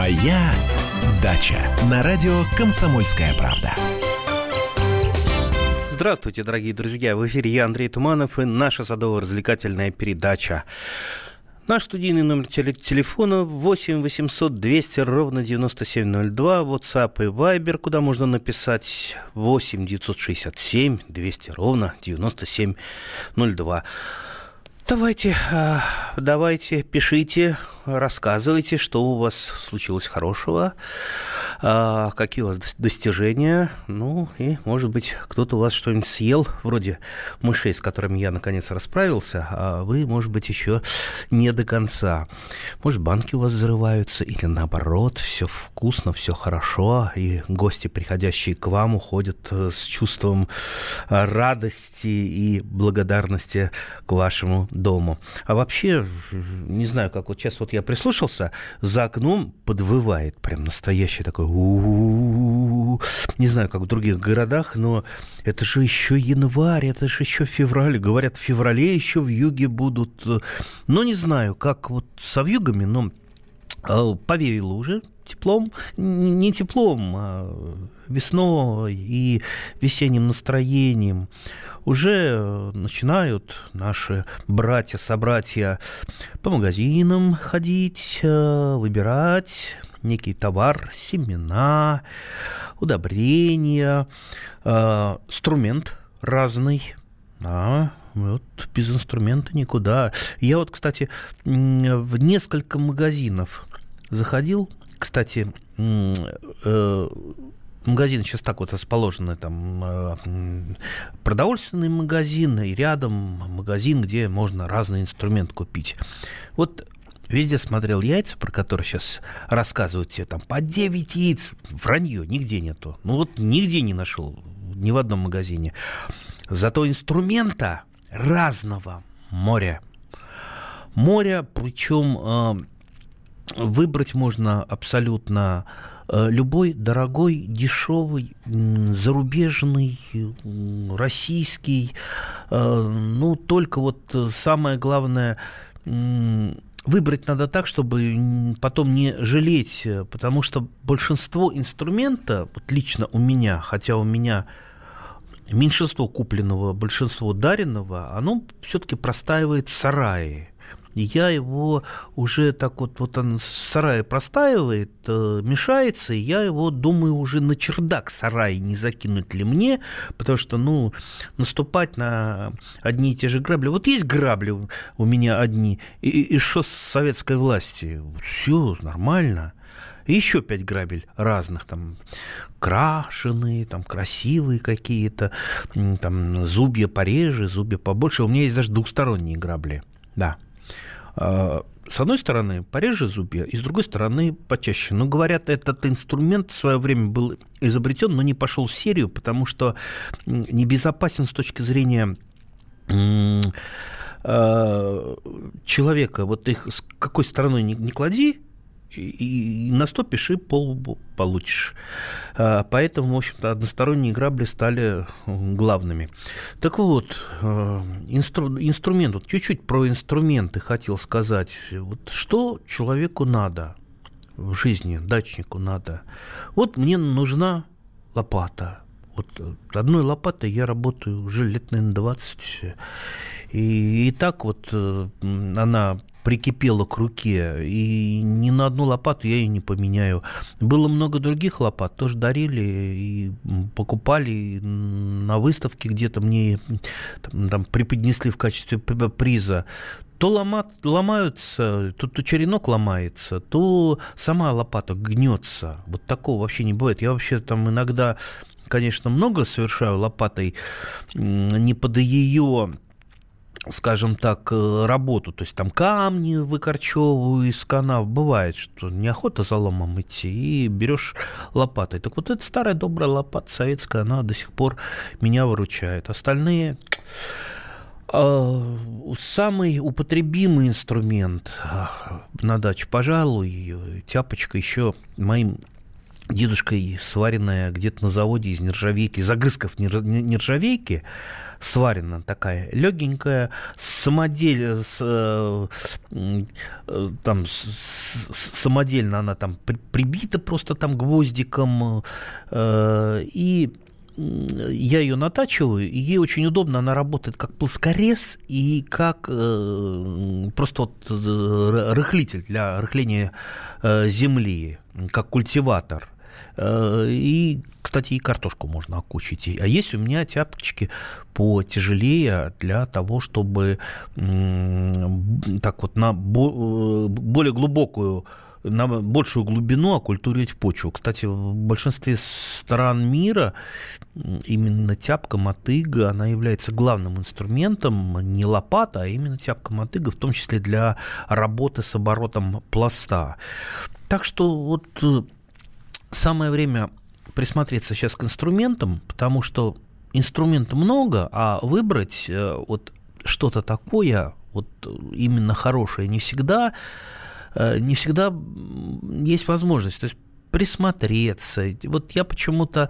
«Моя дача» на радио «Комсомольская правда». Здравствуйте, дорогие друзья! В эфире я, Андрей Туманов, и наша садово-развлекательная передача. Наш студийный номер телефона 8 800 200 ровно 9702, WhatsApp и Viber, куда можно написать 8 967 200 ровно 9702. Давайте, пишите, рассказывайте, что у вас случилось хорошего, какие у вас достижения, ну, и, может быть, кто-то у вас что-нибудь съел, вроде мышей, с которыми я, наконец, расправился, а вы, может быть, еще не до конца. Может, банки у вас взрываются, или наоборот, все вкусно, все хорошо, и гости, приходящие к вам, уходят с чувством радости и благодарности к вашему дому. А вообще, не знаю, как вот сейчас вот я прислушался, за окном подвывает прям настоящий такой у-у-у-у. Не знаю, как в других городах, но это же еще январь, это же еще февраль. Говорят, в феврале еще вьюги будут. Но не знаю, как вот со вьюгами, но повеяло уже теплом, не теплом, а весной и весенним настроением. Уже начинают наши братья-собратья по магазинам ходить, выбирать некий товар, семена, удобрения, инструмент разный. Вот без инструмента никуда. Я вот, кстати, в несколько магазинов заходил. Кстати, магазины сейчас так вот расположены, там продовольственный магазин и рядом магазин, где можно разный инструмент купить. Вот везде смотрел яйца, про которые сейчас рассказывают все, там по 9 яиц, вранье, нигде нету. Ну вот нигде не нашел, ни в одном магазине. Зато инструмента разного море. Море, причем выбрать можно абсолютно любой дорогой, дешевый, зарубежный, российский. Ну, только вот самое главное, выбрать надо так, чтобы потом не жалеть, потому что большинство инструмента, вот лично у меня, хотя у меня меньшинство купленного, большинство даренного, оно все-таки простаивает в сарае. И я его уже так вот он в сарае простаивает, мешается, и я его думаю уже на чердак сарая не закинуть ли мне, потому что, наступать на одни и те же грабли. Вот есть грабли у меня одни, и что с советской власти? Все нормально. И еще 5 грабель разных, там, крашеные, там, красивые какие-то, там, зубья пореже, зубья побольше. У меня есть даже двухсторонние грабли, да. С одной стороны, пореже зубья, и с другой стороны, почаще. Но, говорят, этот инструмент в свое время был изобретен, но не пошел в серию, потому что небезопасен с точки зрения человека. Вот их с какой стороной не клади, и наступишь, и по лбу получишь. Поэтому, в общем-то, односторонние грабли стали главными. Так вот, инструмент, вот чуть-чуть про инструменты хотел сказать. Вот что человеку надо в жизни, дачнику надо? Вот мне нужна лопата. Вот одной лопатой я работаю уже лет, наверное, 20. И так вот она прикипела к руке, и ни на одну лопату я ее не поменяю. Было много других лопат, тоже дарили и покупали, и на выставке где-то мне там преподнесли в качестве приза. То ломаются, то черенок ломается, то сама лопата гнется. Вот такого вообще не бывает. Я вообще там иногда, конечно, много совершаю лопатой не под ее, скажем так, работу, то есть там камни выкорчевываю из канав. Бывает, что неохота за ломом идти, и берешь лопатой. Так вот эта старая добрая лопата советская, она до сих пор меня выручает. Остальные... Самый употребимый инструмент на даче, пожалуй, тяпочка еще моим дедушкой сваренная где-то на заводе из нержавейки, из огрызков нержавейки, сварена такая легенькая, самодельно она там прибита просто там гвоздиком, и я ее натачиваю, и ей очень удобно, она работает как плоскорез и как просто вот рыхлитель для рыхления земли, как культиватор. И, кстати, и картошку можно окучить. А есть у меня тяпочки потяжелее для того, чтобы так вот на более глубокую, на большую глубину окультуривать почву. Кстати, в большинстве стран мира именно тяпка-мотыга, она является главным инструментом, не лопата, а именно тяпка-мотыга, в том числе для работы с оборотом пласта. Так что вот самое время присмотреться сейчас к инструментам, потому что инструментов много, а выбрать вот что-то такое, вот именно хорошее, не всегда есть возможность. То есть присмотреться. Вот я почему-то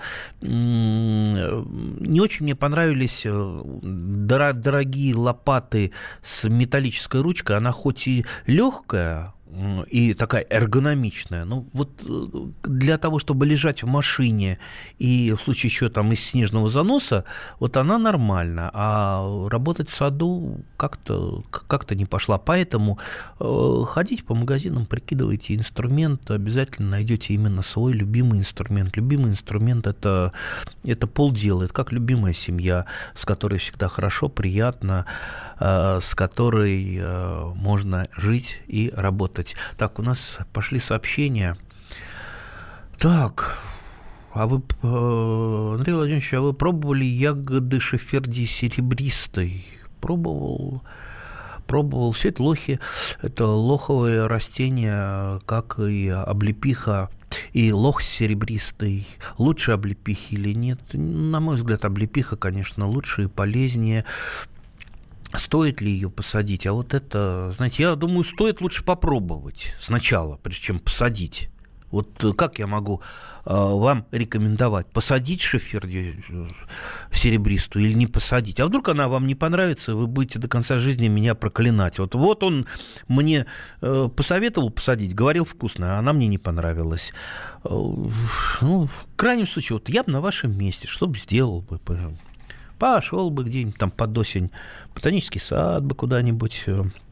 не очень мне понравились дорогие лопаты с металлической ручкой. Она хоть и легкая и такая эргономичная, ну вот для того, чтобы лежать в машине и в случае еще там из снежного заноса, вот она нормальна, а работать в саду как-то не пошла. Поэтому ходите по магазинам, прикидывайте инструмент, обязательно найдете именно свой любимый инструмент. Любимый инструмент это полдела, это как любимая семья, с которой всегда хорошо, приятно, с которой можно жить и работать. Так, у нас пошли сообщения. Так, а вы, Андрей Владимирович, а вы пробовали ягоды шеферди серебристой? Пробовал. Все это лохи, это лоховые растения, как и облепиха, и лох серебристый. Лучше облепихи или нет? На мой взгляд, облепиха, конечно, лучше и полезнее. Стоит ли ее посадить? А вот это, знаете, я думаю, стоит лучше попробовать сначала, прежде чем посадить. Вот как я могу вам рекомендовать? Посадить шеферди серебристую или не посадить? А вдруг она вам не понравится, вы будете до конца жизни меня проклинать. Вот он мне посоветовал посадить, говорил вкусно, а она мне не понравилась. Ну, в крайнем случае, вот я бы на вашем месте, что бы сделал бы? Пошел бы где-нибудь там под осень, ботанический сад бы куда-нибудь,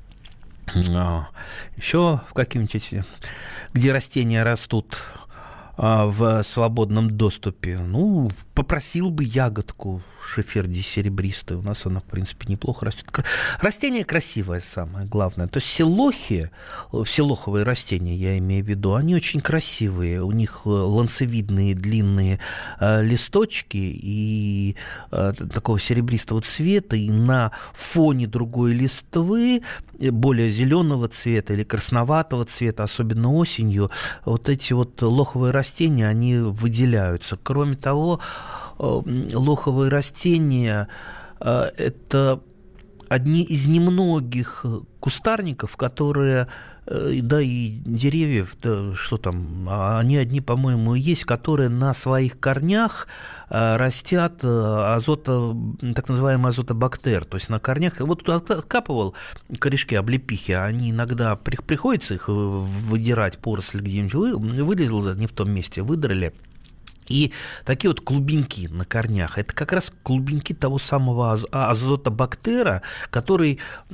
еще в какие-нибудь, где растения растут в свободном доступе. Ну, попросил бы ягодку шеферди серебристой. У нас она, в принципе, неплохо растет. Растение красивое, самое главное. То есть селоховые растения, я имею в виду, они очень красивые. У них ланцевидные длинные листочки и такого серебристого цвета, и на фоне другой листвы, более зеленого цвета или красноватого цвета, особенно осенью, вот эти вот лоховые растения, они выделяются. Кроме того, лоховые растения – это одни из немногих кустарников, которые, да и деревьев, да, что там, они одни, по-моему, есть, которые на своих корнях растят так называемый азотобактер. То есть на корнях, вот тут откапывал корешки облепихи, они иногда приходится их выдирать, поросль где-нибудь вылезла не в том месте, выдрали. И такие вот клубеньки на корнях, это как раз клубеньки того самого азотобактера, который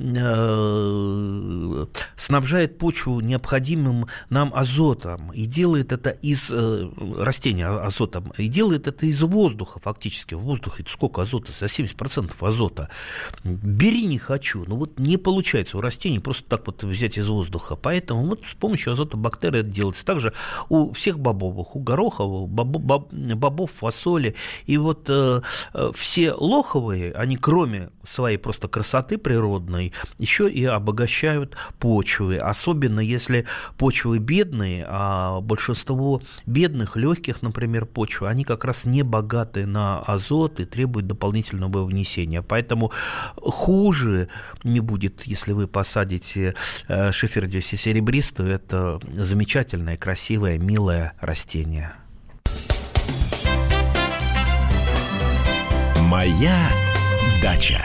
снабжает почву необходимым нам азотом и делает это из растения азотом, и делает это из воздуха фактически. В воздухе сколько азота? За 70% азота. Бери не хочу, но вот не получается у растений просто так вот взять из воздуха. Поэтому вот с помощью азотобактера это делается. Также у всех бобовых, у гороховых, бобов, фасоли. И вот все лоховые, они кроме своей просто красоты природной, еще и обогащают почвы. Особенно если почвы бедные, а большинство бедных, легких, например, почв, они как раз не богаты на азот и требуют дополнительного внесения. Поэтому хуже не будет, если вы посадите шеферди серебристую. Это замечательное, красивое, милое растение. Моя дача.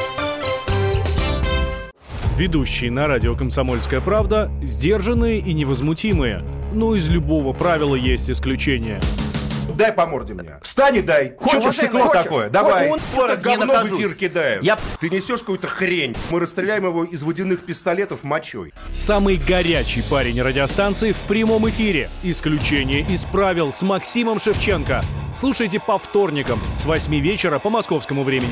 Ведущие на радио «Комсомольская правда» сдержанные и невозмутимые. Но из любого правила есть исключение. Дай по морде мне. Встань и дай. Хочешь стекло такое? Давай. Это говно в эфир кидаешь. Ты несешь какую-то хрень. Мы расстреляем его из водяных пистолетов мочой. Самый горячий парень радиостанции в прямом эфире. Исключение из правил с Максимом Шевченко. Слушайте по вторникам с 8 вечера по московскому времени.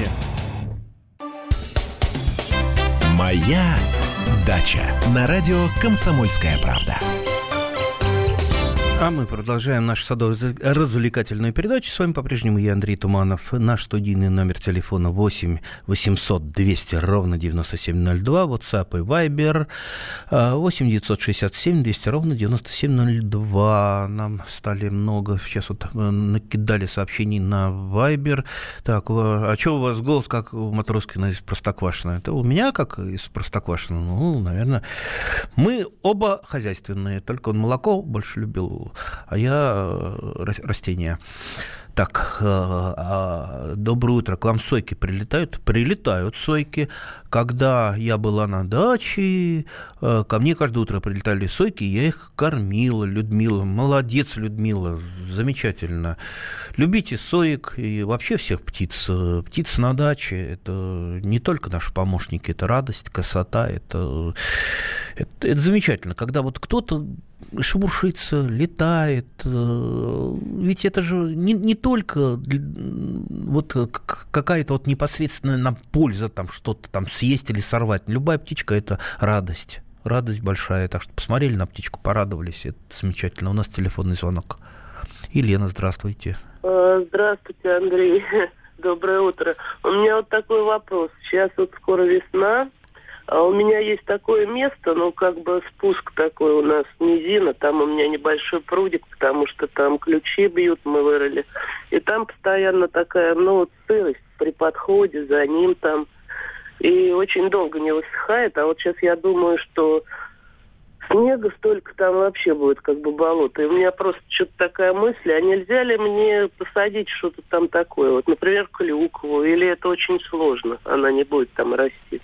Моя дача. На радио «Комсомольская правда». А мы продолжаем нашу садово-развлекательную передачу. С вами по-прежнему я, Андрей Туманов. Наш студийный номер телефона 8 800 200 ровно 9702. WhatsApp и Viber 8 967 200 ровно 9702. Нам стали много. Сейчас вот накидали сообщений на Viber. Так, а что у вас голос как у Матроскина из Простоквашино? Это у меня как из Простоквашино? Ну, наверное. Мы оба хозяйственные. Только он молоко больше любил, а я растения. Так, доброе утро. К вам сойки прилетают? Прилетают сойки. Когда я была на даче, ко мне каждое утро прилетали сойки, я их кормила. Людмила, молодец, Людмила, замечательно. Любите соек и вообще всех птиц. Птицы на даче – это не только наши помощники, это радость, красота, это замечательно. Когда вот кто-то шебуршится, летает, ведь это же не только вот какая-то вот непосредственная нам польза, там что-то там съесть или сорвать. Любая птичка – это радость большая. Так что посмотрели на птичку, порадовались, это замечательно. У нас телефонный звонок. Елена, здравствуйте. Здравствуйте, Андрей. Доброе утро. У меня вот такой вопрос. Сейчас вот скоро весна. А у меня есть такое место, ну, как бы спуск такой у нас, низина, там у меня небольшой прудик, потому что там ключи бьют, мы вырыли. И там постоянно такая, ну, вот сырость при подходе, за ним там. И очень долго не высыхает, а вот сейчас я думаю, что снега столько там вообще будет, как бы болото. И у меня просто что-то такая мысль, а нельзя ли мне посадить что-то там такое? Вот, например, клюкву, или это очень сложно, она не будет там расти?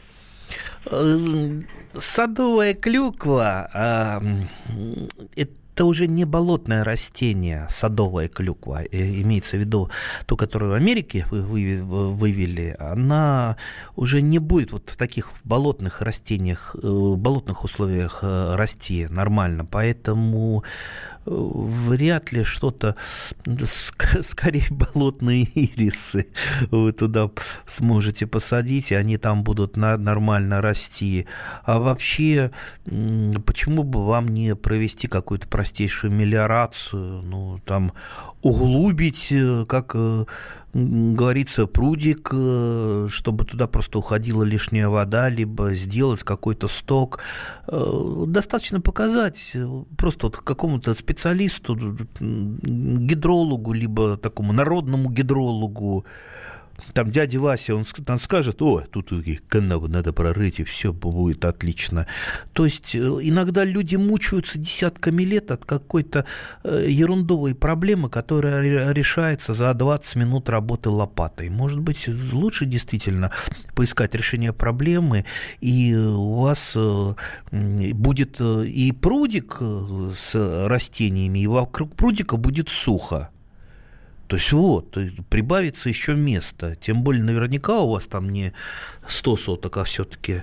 Садовая клюква это уже не болотное растение, садовая клюква, имеется в виду ту, которую в Америке вывели, она уже не будет вот в таких болотных растениях, болотных условиях расти нормально, поэтому вряд ли что-то, скорее болотные ирисы вы туда сможете посадить, и они там будут нормально расти. А вообще, почему бы вам не провести какую-то простейшую мелиорацию, ну, там, углубить, как говорится, прудик, чтобы туда просто уходила лишняя вода, либо сделать какой-то сток. Достаточно показать просто вот какому-то специалисту, гидрологу, либо такому народному гидрологу, там дядя Вася, он скажет: о, тут канаву надо прорыть, и все будет отлично. То есть иногда люди мучаются десятками лет от какой-то ерундовой проблемы, которая решается за 20 минут работы лопатой. Может быть, лучше действительно поискать решение проблемы, и у вас будет и прудик с растениями, и вокруг прудика будет сухо. То есть вот, прибавится еще место. Тем более наверняка у вас там не 100 соток, а все-таки,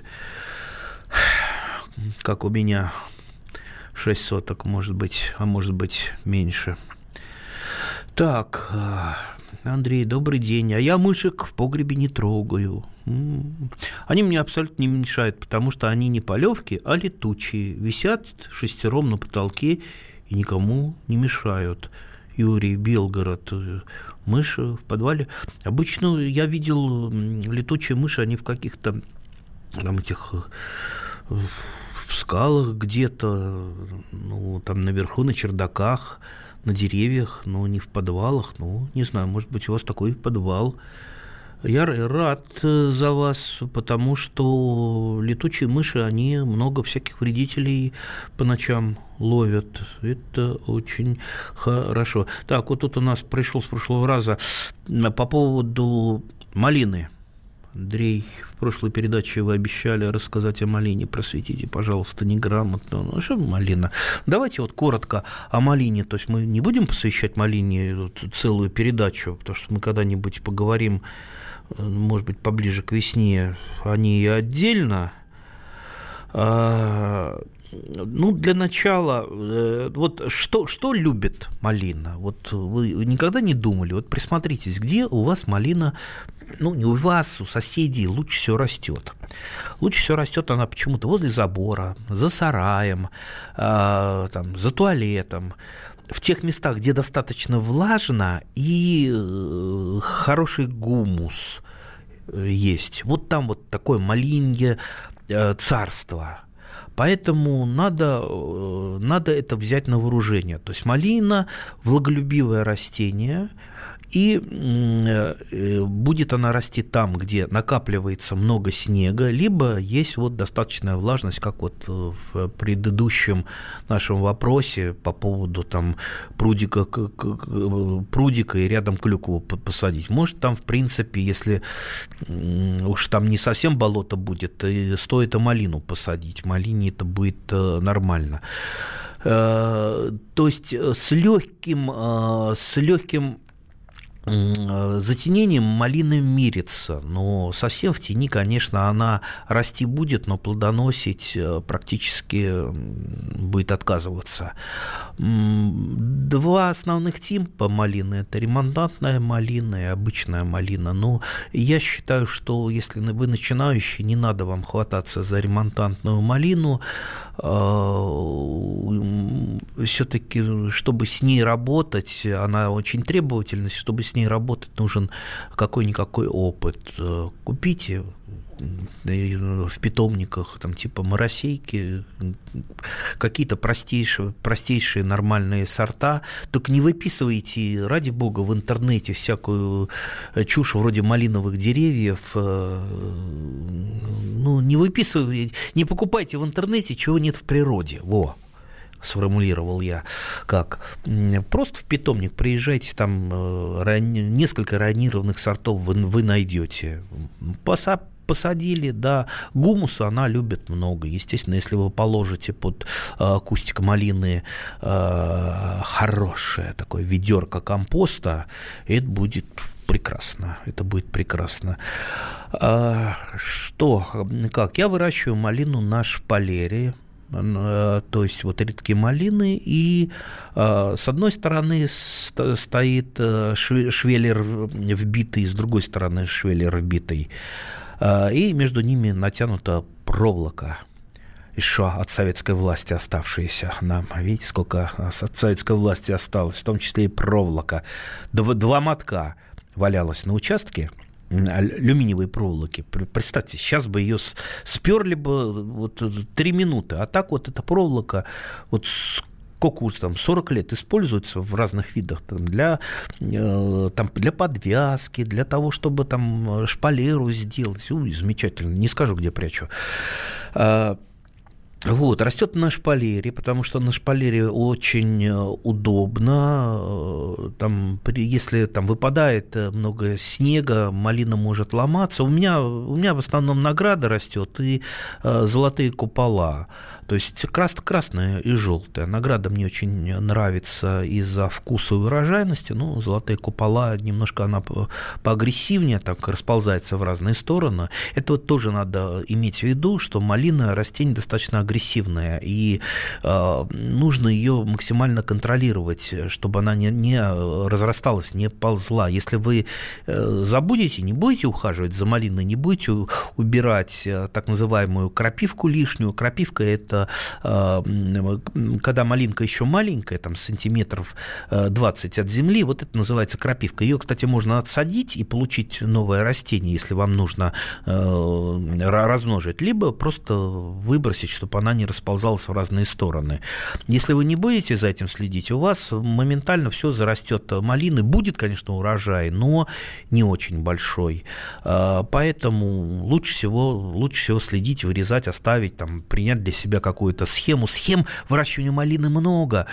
как у меня, 6 соток, может быть, а может быть меньше. Так, Андрей, добрый день. А я мышек в погребе не трогаю. Они мне абсолютно не мешают, потому что они не полевки, а летучие. Висят шестером на потолке и никому не мешают. Юрий, Белгород, мышь в подвале. Обычно я видел летучие мыши, они в каких-то там этих в скалах где-то, ну, там наверху, на чердаках, на деревьях, но не в подвалах. Ну, не знаю, может быть, у вас такой подвал. Я рад за вас, потому что летучие мыши, они много всяких вредителей по ночам ловят. Это очень хорошо. Так, вот тут у нас пришел с прошлого раза по поводу Малины. Андрей, в прошлой передаче вы обещали рассказать о малине. Просветите, пожалуйста, неграмотно. Ну, что малина? Давайте вот коротко о малине. То есть мы не будем посвящать малине целую передачу, потому что мы когда-нибудь поговорим, может быть, поближе к весне о ней отдельно. Ну, для начала, вот что любит малина? Вот вы никогда не думали, вот присмотритесь, где у вас малина, ну, не у вас, у соседей лучше всего растет. Лучше всего растет она почему-то возле забора, за сараем, там, за туалетом, в тех местах, где достаточно влажно и хороший гумус есть. Вот там вот такое малинье царство. Поэтому надо это взять на вооружение. То есть малина – влаголюбивое растение, и будет она расти там, где накапливается много снега, либо есть вот достаточная влажность, как вот в предыдущем нашем вопросе по поводу там прудика и рядом клюкву посадить. Может, там, в принципе, если уж там не совсем болото будет, стоит и малину посадить. Малине это будет нормально. То есть с легким затенением малина мирится, но совсем в тени, конечно, она расти будет, но плодоносить практически будет отказываться. Два основных типа малины – это ремонтантная малина и обычная малина. Но я считаю, что если вы начинающий, не надо вам хвататься за ремонтантную малину. Все-таки, чтобы с ней работать, она очень требовательна, чтобы с ней работать, нужен какой-никакой опыт. Купите в питомниках, там, типа моросейки, какие-то простейшие нормальные сорта, только не выписывайте, ради бога, в интернете всякую чушь вроде малиновых деревьев, ну, не выписывайте, не покупайте в интернете, чего нет в природе, сформулировал я как. Просто в питомник приезжайте, там несколько ранированных сортов вы найдете. Посадили, да, гумуса она любит много. Естественно, если вы положите под кустик малины хорошее такое ведерко компоста, это будет прекрасно. Это будет прекрасно. Как? Я выращиваю малину на шпалере. То есть вот редкие малины, и с одной стороны стоит швеллер вбитый, с другой стороны швеллер вбитый, и между ними натянута проволока, еще от советской власти оставшаяся нам. Видите, сколько от советской власти осталось, в том числе и проволока. Два мотка валялось на участке алюминиевой проволоки. Представьте, сейчас бы ее сперли бы вот 3 минуты, а так вот эта проволока вот сколько уже там, 40 лет используется в разных видах для подвязки, для того, чтобы там шпалеру сделать. Замечательно, не скажу, где прячу. Вот, растет на шпалере, потому что на шпалере очень удобно. Там, если там выпадает много снега, малина может ломаться. У меня в основном награда растет и золотые купола. То есть красная и желтая. Награда мне очень нравится из-за вкуса и урожайности. Ну, золотые купола, немножко она поагрессивнее, так расползается в разные стороны. Это вот тоже надо иметь в виду, что малина растение достаточно агрессивная, и нужно ее максимально контролировать, чтобы она не разрасталась, не ползла. Если вы забудете, не будете ухаживать за малиной, не будете убирать так называемую крапивку лишнюю. Крапивка – это когда малинка еще маленькая, там сантиметров 20 от земли, вот это называется крапивка. Ее, кстати, можно отсадить и получить новое растение, если вам нужно размножить, либо просто выбросить, чтобы она не расползалась в разные стороны. Если вы не будете за этим следить, у вас моментально все зарастет малины. Будет, конечно, урожай, но не очень большой. Поэтому лучше всего следить, вырезать, оставить, там, принять для себя какую-то схему. Схем выращивания малины много.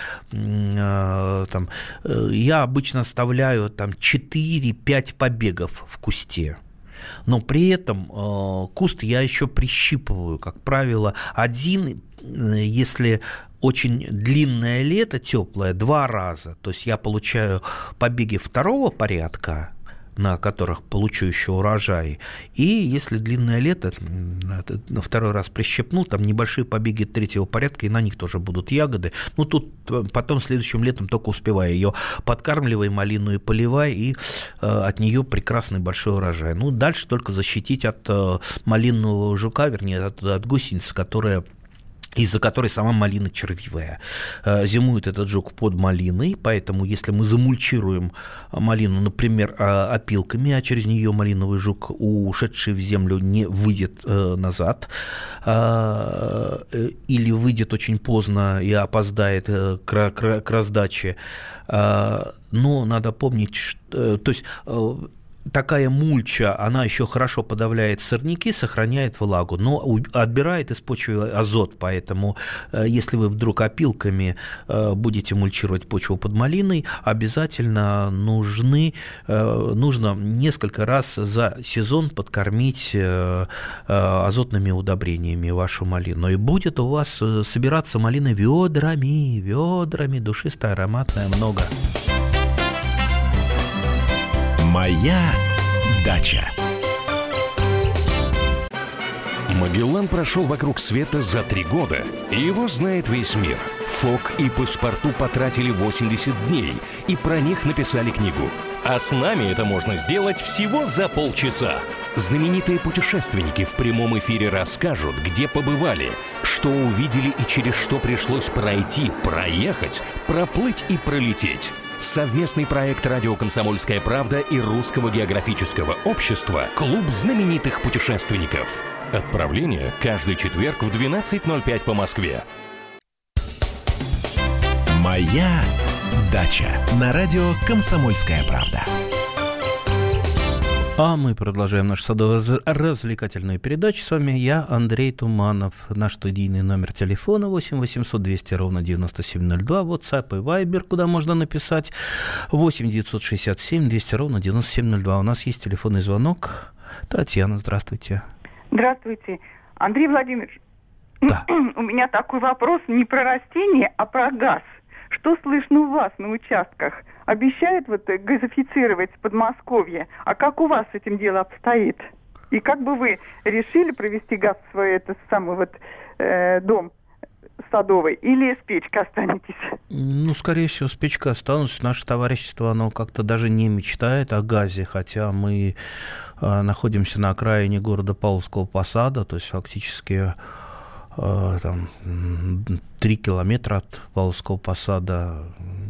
Там, я обычно оставляю там 4-5 побегов в кусте. Но при этом куст я еще прищипываю, как правило, один, если очень длинное лето, теплое, 2 раза. То есть я получаю побеги второго порядка, на которых получу еще урожай. И если длинное лето, на второй раз прищепнул, там небольшие побеги 3-го порядка, и на них тоже будут ягоды. Ну, тут потом следующим летом только успеваю ее подкармливай, малину и поливай, и от нее прекрасный большой урожай. Ну, дальше только защитить от малинного жука, вернее, от гусеницы, из-за которой сама малина червивая. Зимует этот жук под малиной, поэтому если мы замульчируем малину, например, опилками, а через нее малиновый жук, ушедший в землю, не выйдет назад, или выйдет очень поздно и опоздает к раздаче, но надо помнить, что... То есть... Такая мульча, она еще хорошо подавляет сорняки, сохраняет влагу, но отбирает из почвы азот, поэтому если вы вдруг опилками будете мульчировать почву под малиной, обязательно нужно несколько раз за сезон подкормить азотными удобрениями вашу малину. И будет у вас собираться малина ведрами, душистая, ароматная, много. Моя дача. Магеллан прошел вокруг света за 3 года, и его знает весь мир. Фок и Паспарту потратили 80 дней, и про них написали книгу. А с нами это можно сделать всего за полчаса. Знаменитые путешественники в прямом эфире расскажут, где побывали, что увидели и через что пришлось пройти, проехать, проплыть и пролететь. Совместный проект «Радио Комсомольская правда» и Русского географического общества «Клуб знаменитых путешественников». Отправление каждый четверг в 12:05 по Москве. Моя дача. На радио «Комсомольская правда». А мы продолжаем нашу садово-развлекательную передачу. С вами я, Андрей Туманов. Наш студийный номер телефона 8 800 200 ровно 9702. WhatsApp и Viber, куда можно написать 8 967 200 ровно 9702. У нас есть телефонный звонок. Татьяна, здравствуйте. Здравствуйте. Андрей Владимирович, да. У меня такой вопрос не про растения, а про газ. Что слышно у вас на участках? Обещают газифицировать Подмосковье. А как у вас с этим дело обстоит? И как бы вы решили провести газ в свой дом садовый? Или с печкой останетесь? Ну, скорее всего, с печкой останусь. Наше товарищество, оно как-то даже не мечтает о газе, хотя мы находимся на окраине города Павловского Посада, то есть фактически... там 3 километра от Павловского Посада.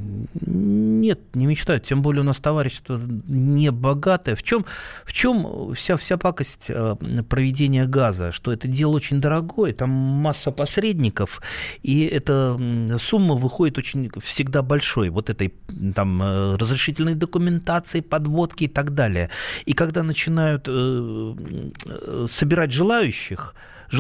Нет, не мечтают. Тем более у нас товарищество не богатое. В чем вся пакость проведения газа? Что это дело очень дорогое, там масса посредников, и эта сумма выходит очень всегда большой. Вот этой там разрешительной документации, подводки и так далее. И когда начинают собирать желающих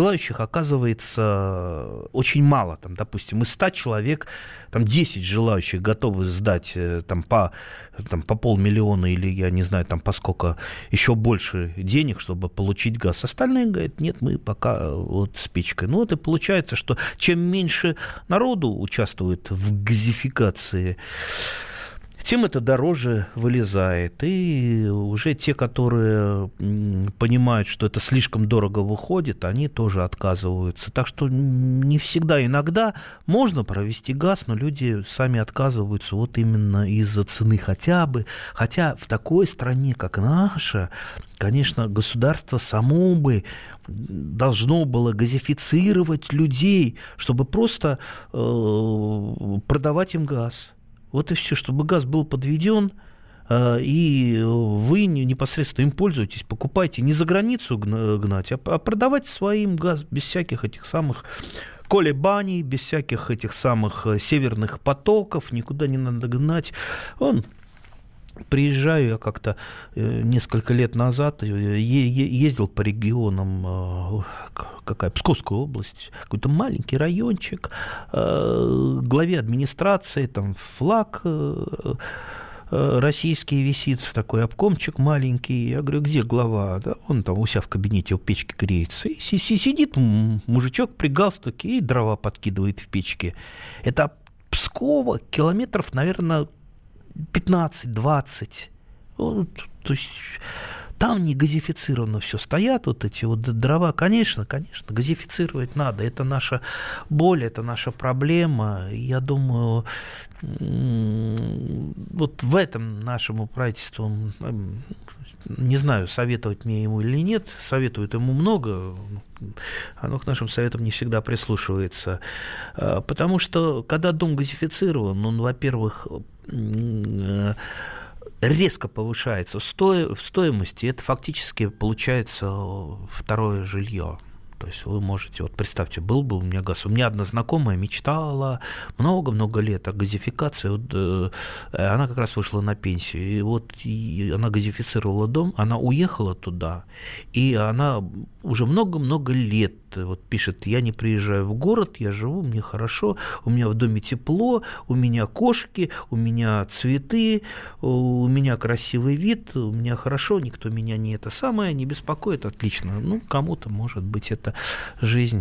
оказывается очень мало. Там, допустим, из 100 человек там 10 желающих готовы сдать там, по 500 000 или, я не знаю, там, по сколько еще больше денег, чтобы получить газ. Остальные говорят, нет, мы пока вот с печкой. Ну вот и получается, что чем меньше народу участвует в газификации, тем это дороже вылезает. И уже те, которые понимают, что это слишком дорого выходит, они тоже отказываются. Так что не всегда, иногда можно провести газ, но люди сами отказываются вот именно из-за цены хотя бы. Хотя в такой стране, как наша, конечно, государство само бы должно было газифицировать людей, чтобы просто продавать им газ. Вот и все, чтобы газ был подведен, и вы непосредственно им пользуетесь, покупаете, не за границу гнать, а продавать своим газ без всяких этих самых колебаний, без всяких этих самых северных потоков, никуда не надо гнать. Приезжаю, я как-то несколько лет назад ездил по регионам, Псковская область, какой-то маленький райончик, главе администрации, там флаг российский висит, такой обкомчик маленький. Я говорю, где глава? Да, он там у себя в кабинете у печки греется. И сидит мужичок при галстуке и дрова подкидывает в печке. Это от Пскова километров, наверное, 15-20. Вот, то есть там не газифицировано все. Стоят вот эти вот дрова. Конечно, газифицировать надо. Это наша боль, это наша проблема. Я думаю, вот в этом нашему правительству, не знаю, советовать мне ему или нет, советуют ему много, оно к нашим советам не всегда прислушивается. Потому что, когда дом газифицирован, он, во-первых, резко повышается в стоимости, это фактически получается второе жилье. То есть вы можете, вот представьте, был бы у меня газ. У меня одна знакомая мечтала много-много лет о газификации. Вот, она как раз вышла на пенсию. И вот она газифицировала дом, она уехала туда, и она уже много-много лет вот пишет: я не приезжаю в город, я живу, мне хорошо, у меня в доме тепло, у меня кошки, у меня цветы, у меня красивый вид, у меня хорошо, никто меня не беспокоит, отлично. Ну, кому-то, может быть, это жизнь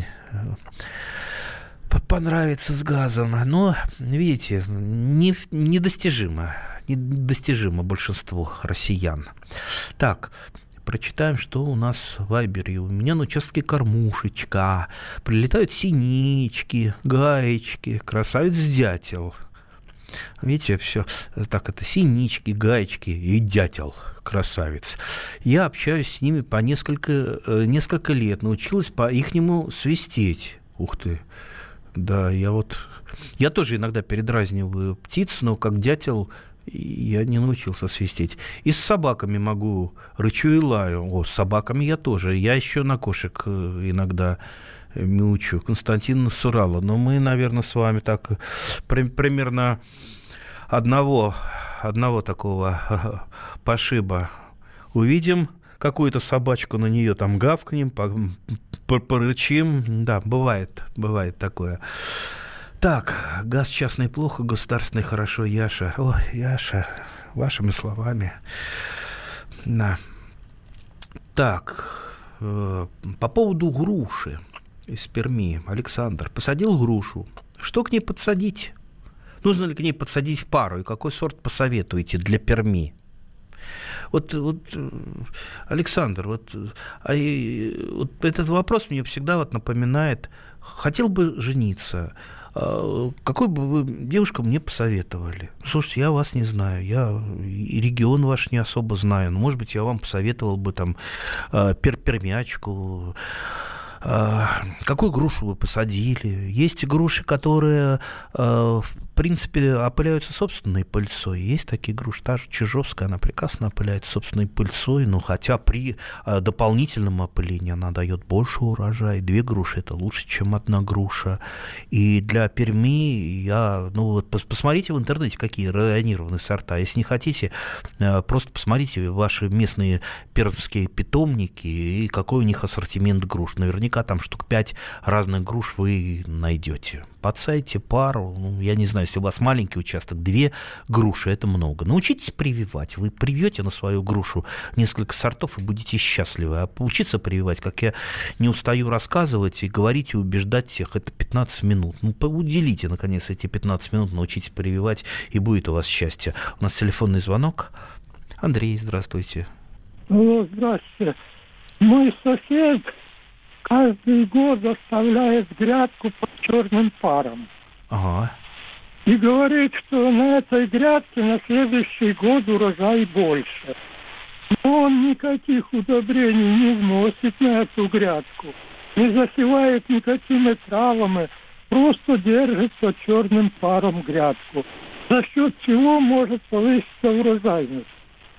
понравится с газом, но, видите, недостижимо большинству россиян. Так, прочитаем, что у нас в Вайбере. У меня на участке кормушечка, прилетают синички, гаечки, красавец-дятел. Видите, все так, это синички, гаечки и дятел, красавец. Я общаюсь с ними по несколько лет, научилась по-ихнему свистеть. Ух ты. Да, я тоже иногда передразниваю птиц, но как дятел я не научился свистеть. И с собаками могу, рычу и лаю. С собаками я тоже. Я еще на кошек иногда мяучу. Константин Сурало. Но мы, наверное, с вами так примерно одного такого пошиба увидим. Какую-то собачку, на нее там гавкнем, порычим. Да, бывает такое. Так, газ частный плохо, государственный хорошо, Яша. Ой, Яша, вашими словами. Да. Так, по поводу груши из Перми. Александр посадил грушу. Что к ней подсадить? Нужно ли к ней подсадить в пару? И какой сорт посоветуете для Перми? Вот, Александр, вот этот вопрос мне всегда напоминает. Хотел бы жениться. Какой бы вы девушку мне посоветовали? Слушайте, я вас не знаю, я и регион ваш не особо знаю, но, может быть, я вам посоветовал бы там пермячку. Какую грушу вы посадили? Есть груши, которые, в принципе, опыляются собственной пыльцой. Есть такие груши. Та же чижовская, она прекрасно опыляется собственной пыльцой, но хотя при дополнительном опылении она дает больше урожая. 2 груши – это лучше, чем 1 груша. И для Перми посмотрите в интернете, какие районированные сорта. Если не хотите, просто посмотрите ваши местные пермские питомники и какой у них ассортимент груш. Наверняка там штук 5 разных груш вы найдете. Подсадите пару, я не знаю, если у вас маленький участок, 2 груши – это много. Научитесь прививать. Вы привьете на свою грушу несколько сортов и будете счастливы. А поучиться прививать, как я не устаю рассказывать и говорить и убеждать всех, это 15 минут. Уделите, наконец, эти 15 минут, научитесь прививать, и будет у вас счастье. У нас телефонный звонок. Андрей, здравствуйте. Алло, здравствуйте. Мой сосед каждый год оставляет грядку под черным паром. Ага. И говорит, что на этой грядке на следующий год урожай больше. Но он никаких удобрений не вносит на эту грядку, не засевает никакими травами, просто держит под черным паром грядку. За счет чего может повыситься урожайность?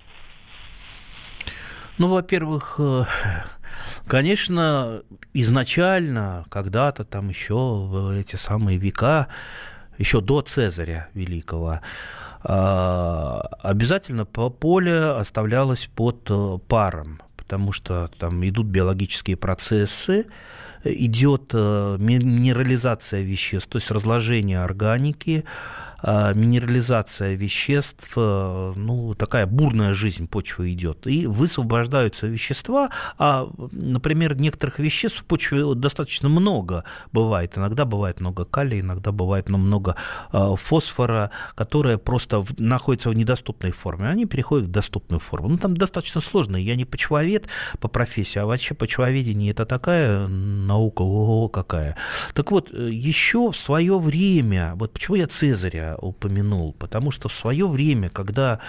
Во-первых, конечно, изначально, когда-то там еще в эти самые века, еще до Цезаря Великого, обязательно поле оставлялось под паром, потому что там идут биологические процессы, идет минерализация веществ, то есть разложение органики, минерализация веществ, такая бурная жизнь почвы идет, и высвобождаются вещества, например, некоторых веществ в почве достаточно много бывает. Иногда бывает много калия, иногда бывает много фосфора, которые просто находятся в недоступной форме. Они переходят в доступную форму. Там достаточно сложно. Я не почвовед по профессии, а вообще почвоведение — это такая наука, ого, какая. Так вот, еще в свое время, вот почему я Цезаря упомянул, потому что в свое время, когда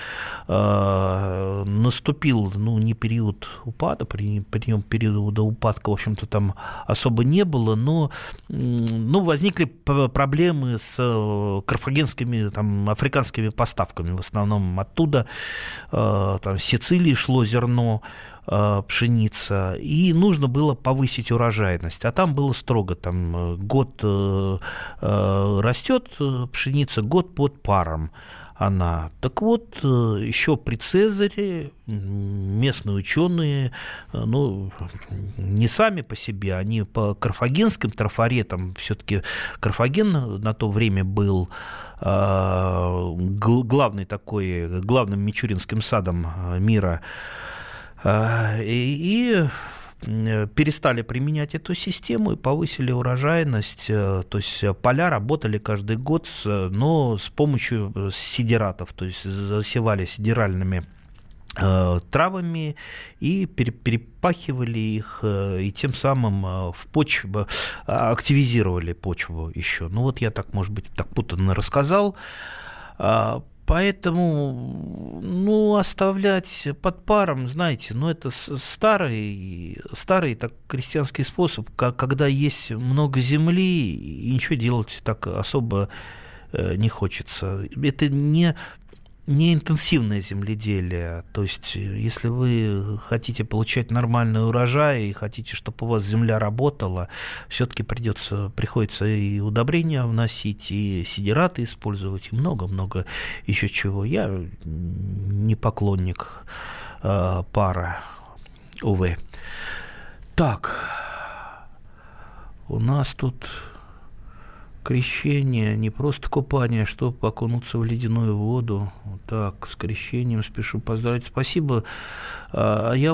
наступил, не период упада, при нем периода упадка, в общем-то, там особо не было, но возникли проблемы с карфагенскими, африканскими поставками, в основном оттуда, с Сицилии шло зерно, пшеница, и нужно было повысить урожайность. А там было строго, год растет пшеница, год под паром она. Так вот, еще при Цезаре местные ученые, не сами по себе, они по карфагенским трафаретам, все-таки Карфаген на то время был главным мичуринским садом мира, и перестали применять эту систему и повысили урожайность. То есть поля работали каждый год, но с помощью сидератов, то есть засевали сидеральными травами и перепахивали их, и тем самым в почву активизировали почву еще. Я так, может быть, так путанно рассказал. Поэтому, оставлять под паром, знаете, это старый так крестьянский способ, когда есть много земли, и ничего делать так особо не хочется. Это не интенсивное земледелие. То есть, если вы хотите получать нормальный урожай и хотите, чтобы у вас земля работала, все-таки приходится и удобрения вносить, и сидераты использовать, и много-много еще чего. Я не поклонник пара, увы. Так, у нас тут крещение, не просто купание, чтобы окунуться в ледяную воду. Так, с крещением спешу поздравить. Спасибо. Я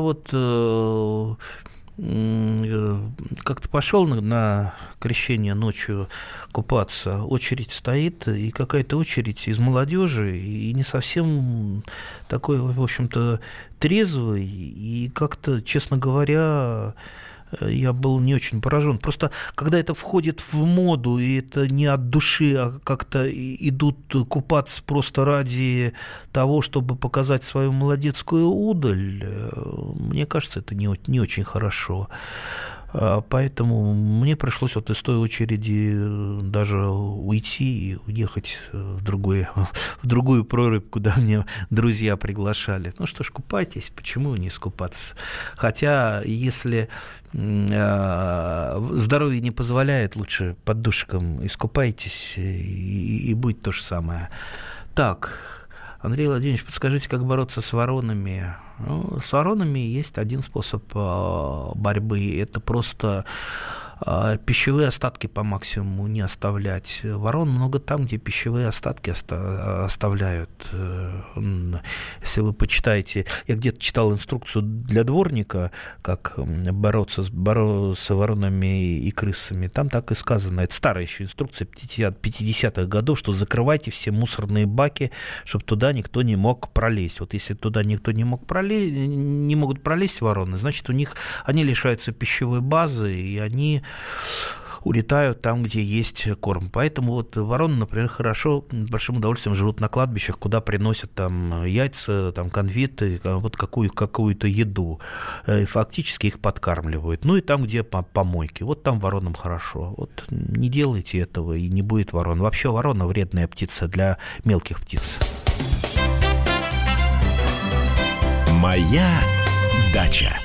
как-то пошел на крещение ночью купаться. Очередь стоит, и какая-то очередь из молодежи, и не совсем такой, в общем-то, трезвый. И как-то, честно говоря, я был не очень поражен. Просто когда это входит в моду, и это не от души, а как-то идут купаться просто ради того, чтобы показать свою молодецкую удаль, мне кажется, это не очень хорошо. Поэтому мне пришлось из той очереди даже уйти и уехать в другую прорубь, куда меня друзья приглашали. Что ж, купайтесь, почему не искупаться? Хотя, если здоровье не позволяет, лучше под душиком искупайтесь, и будет то же самое. Так, Андрей Владимирович, подскажите, как бороться с воронами? С воронами есть один способ борьбы. Это просто пищевые остатки по максимуму не оставлять. Ворон много там, где пищевые остатки оставляют. Если вы почитаете, я где-то читал инструкцию для дворника, как бороться с воронами и крысами. Там так и сказано. Это старая еще инструкция 50-х годов, что закрывайте все мусорные баки, чтобы туда никто не мог пролезть. Если туда никто не могут пролезть вороны, значит, они лишаются пищевой базы, и они улетают там, где есть корм. Поэтому вороны, например, хорошо, с большим удовольствием живут на кладбищах, куда приносят яйца, конфеты, какую-то еду. И фактически их подкармливают. И там, где помойки. Там воронам хорошо. Не делайте этого, и не будет ворон. Вообще ворона вредная птица для мелких птиц. Моя дача.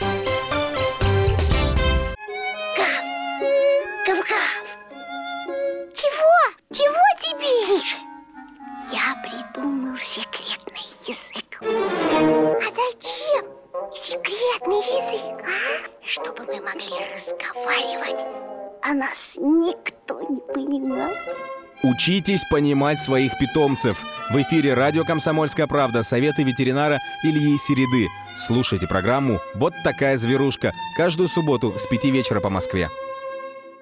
Чего тебе? Тише. Я придумал секретный язык. А зачем секретный язык, Чтобы мы могли разговаривать, а нас никто не понимал. Учитесь понимать своих питомцев. В эфире радио «Комсомольская правда». Советы ветеринара Ильи Середы. Слушайте программу «Вот такая зверушка» каждую субботу с 5 вечера по Москве.